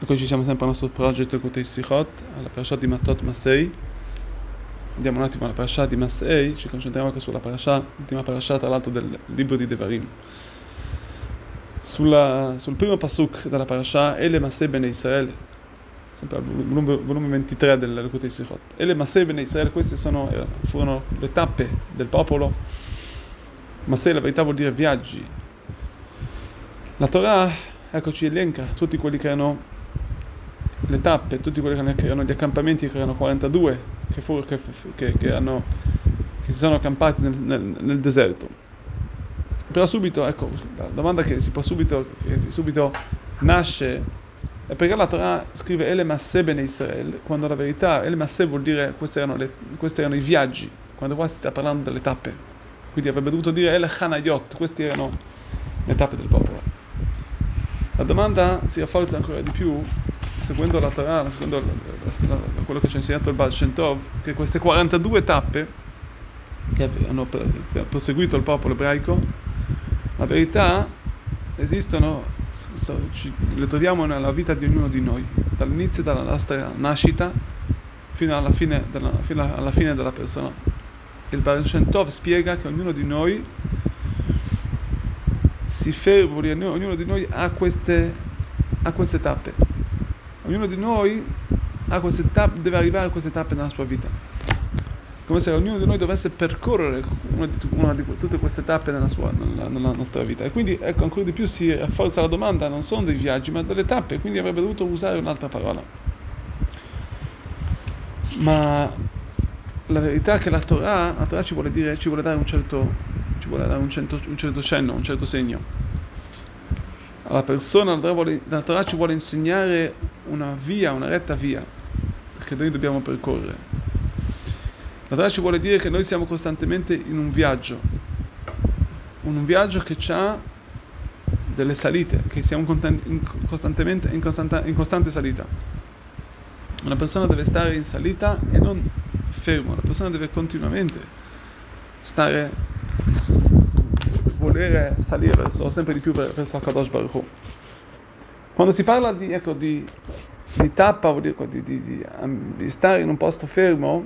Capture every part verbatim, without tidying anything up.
Ecco, ci siamo sempre al nostro progetto Kutei Sichot, alla parasha di Matot Masei. Andiamo un attimo alla parasha di Masei, ci concentriamo anche sulla parasha, l'ultima parasha tra l'altro del libro di Devarim. Sulla, sul primo pasuk della parasha, Ele Masei Bene Israel, sempre al volume, volume ventitré del Kutei Sichot. Ele Masei Bene Israel, queste sono, furono le tappe del popolo. Masei, la verità, vuol dire viaggi. La Torah, ecco, ci elenca tutti quelli che erano le tappe, tutti quelli che erano gli accampamenti, che erano quarantadue, che, fu, che, che, che, hanno, che si sono accampati nel, nel, nel deserto. Però subito, ecco, la domanda che si può subito, che subito nasce è perché la Torah scrive Ele Masseh Bene Israel, quando la verità, Ele Masseh vuol dire, questi erano, le, questi erano i viaggi, quando qua si sta parlando delle tappe. Quindi avrebbe dovuto dire Ele Chanayot, queste erano le tappe del popolo. La domanda si rafforza ancora di più seguendo la Torah, seguendo la, la, la, quello che ci ha insegnato il Baal Shem Tov, che queste quarantadue tappe che hanno proseguito il popolo ebraico, la verità esistono, so, ci, le troviamo nella vita di ognuno di noi, dall'inizio della nostra nascita fino alla fine della, fino alla fine della persona. Il Baal Shem Tov spiega che ognuno di noi si ferma, ognuno di noi ha queste, ha queste tappe. Ognuno di noi ha queste tappe, deve arrivare a queste tappe nella sua vita. Come se ognuno di noi dovesse percorrere una di, una di tutte queste tappe nella, sua, nella, nella nostra vita. E quindi, ecco, ancora di più si rafforza la domanda, non sono dei viaggi, ma delle tappe, quindi avrebbe dovuto usare un'altra parola. Ma la verità è che la Torah, la Torah ci vuole dire, ci vuole dare un certo, ci vuole dare un certo, un certo cenno, un certo segno. La persona, la Torah, vuole, la Torah ci vuole insegnare una via, una retta via che noi dobbiamo percorrere. La Torah ci vuole dire che noi siamo costantemente in un viaggio, un viaggio che ha delle salite, che siamo costantemente in, costante, in costante salita. Una persona deve stare in salita e non fermo, la persona deve continuamente stare, volere salire verso, sempre di più verso HaKadosh Baruch Hu. Quando si parla di, ecco, di, di tappa, vuol dire di, di, di, di stare in un posto fermo,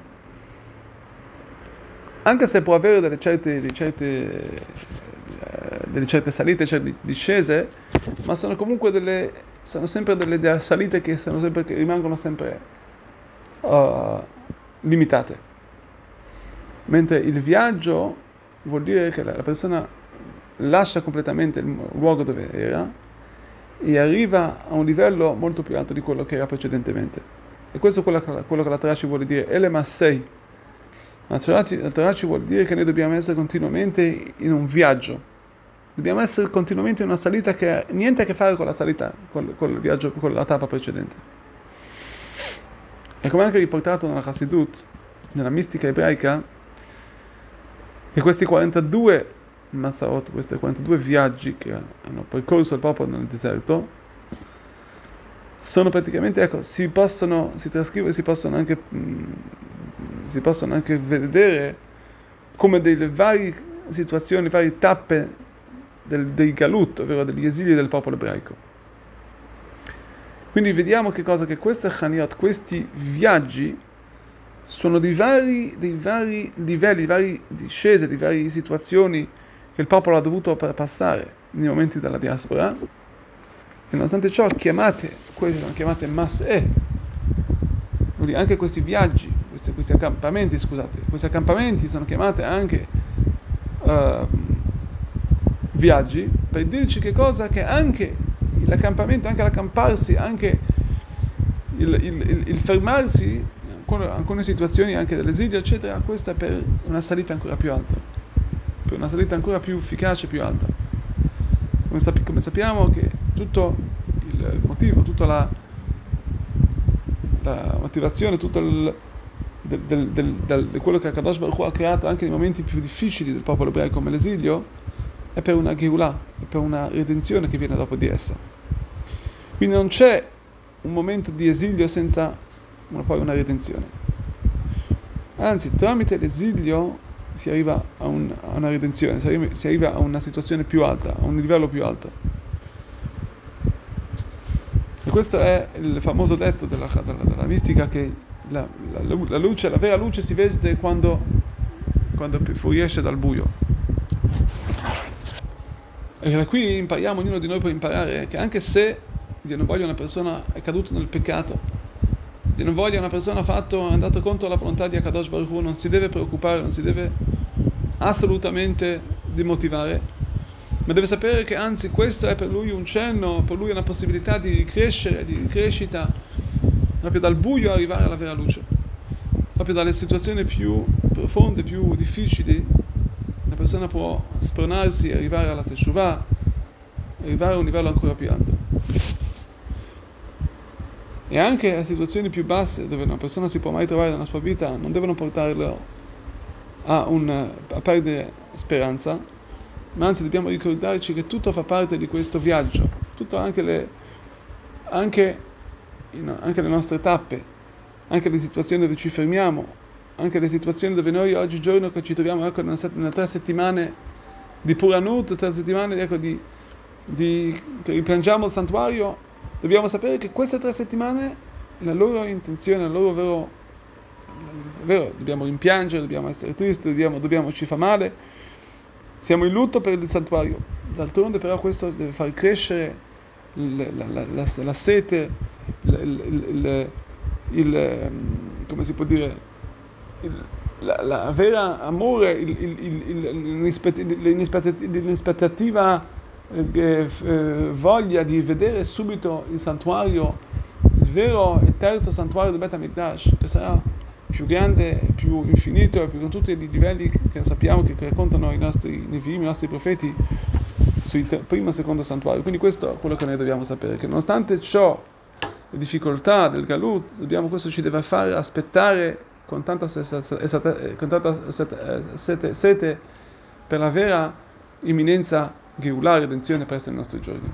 anche se può avere delle certe, delle certe, delle certe salite, certe discese, ma sono comunque delle, sono sempre delle, delle salite che, sono sempre, che rimangono sempre uh, limitate. Mentre il viaggio vuol dire che la, la persona lascia completamente il luogo dove era e arriva a un livello molto più alto di quello che era precedentemente. E questo è quello che, quello che la Torah ci vuole dire. Ele Massei. La Torah ci vuole dire che noi dobbiamo essere continuamente in un viaggio. Dobbiamo essere continuamente in una salita che ha niente a che fare con la salita, con, con il viaggio, con la tappa precedente. E come anche riportato nella Chassidut, nella mistica ebraica, che questi quarantadue Massaot, questi quarantadue viaggi che hanno percorso il popolo nel deserto, sono praticamente, ecco, si possono, si trascrivere, si possono anche, mh, si possono anche vedere come delle varie situazioni, varie tappe del, dei galut, ovvero degli esili del popolo ebraico. Quindi vediamo che cosa, che queste chaniot, questi viaggi, sono dei vari, dei vari livelli, di varie discese, di varie situazioni che il popolo ha dovuto passare nei momenti della diaspora, e nonostante ciò chiamate, queste sono chiamate Mas'eh, quindi anche questi viaggi, questi, questi accampamenti, scusate, questi accampamenti sono chiamati anche uh, viaggi, per dirci che cosa, che anche l'accampamento, anche l'accamparsi, anche il, il, il, il fermarsi, in alcune situazioni anche dell'esilio, eccetera, questo è per una salita ancora più alta, per una salita ancora più efficace, più alta. Come, sap- come sappiamo che tutto il motivo, tutta la, la motivazione, tutto il, del, del, del, del, di quello che HaKadosh Baruch Hu ha creato anche nei momenti più difficili del popolo ebraico come l'esilio, è per una Geulah, è per una redenzione che viene dopo di essa. Quindi non c'è un momento di esilio senza una, poi una redenzione. Anzi, tramite l'esilio si arriva a, un, a una redenzione, si arriva, si arriva a una situazione più alta, a un livello più alto. questo è il famoso detto della, della, della mistica che la, la, la luce, la vera luce si vede quando, quando fuoriesce dal buio. E da qui impariamo, ognuno di noi può imparare che anche se Dio non voglia una persona è caduto nel peccato, Dio non voglia una persona fatto, è andato contro la volontà di Akadosh Baruch Hu, non si deve preoccupare, non si deve assolutamente demotivare, ma deve sapere che anzi questo è per lui un cenno, per lui è una possibilità di crescere, di crescita, proprio dal buio arrivare alla vera luce, proprio dalle situazioni più profonde, più difficili. La persona può spronarsi e arrivare alla Teshuvah, arrivare a un livello ancora più alto. E anche a situazioni più basse, dove una persona si può mai trovare nella sua vita, non devono portarlo a, un, a perdere speranza, ma anzi dobbiamo ricordarci che tutto fa parte di questo viaggio, tutto anche le, anche, in, anche le nostre tappe, anche le situazioni dove ci fermiamo, anche le situazioni dove noi oggigiorno che ci troviamo ecco, nelle, nelle tre settimane di Puranut, tre settimane ecco, di, di, che ripiangiamo il santuario, dobbiamo sapere che queste tre settimane la loro intenzione, la loro vero, vero dobbiamo rimpiangere, dobbiamo essere tristi, dobbiamo, dobbiamo ci fa male, siamo in lutto per il santuario. D'altronde però questo deve far crescere la, la, la, la, la sete, il, il, il, il, come si può dire, il, la, la vera amore, il, il, il, l'inaspettativa eh, eh, voglia di vedere subito il santuario, il vero e terzo santuario del Bet HaMikdash, che sarà più grande, più infinito, più con tutti i livelli che sappiamo che raccontano i nostri Nevi'im, i nostri profeti sul primo e secondo santuario. Quindi questo è quello che noi dobbiamo sapere, che nonostante ciò, le difficoltà del Galut, dobbiamo, questo ci deve fare aspettare con tanta, con tanta sete, sete per la vera imminenza Geulah, redenzione presso i nostri giorni.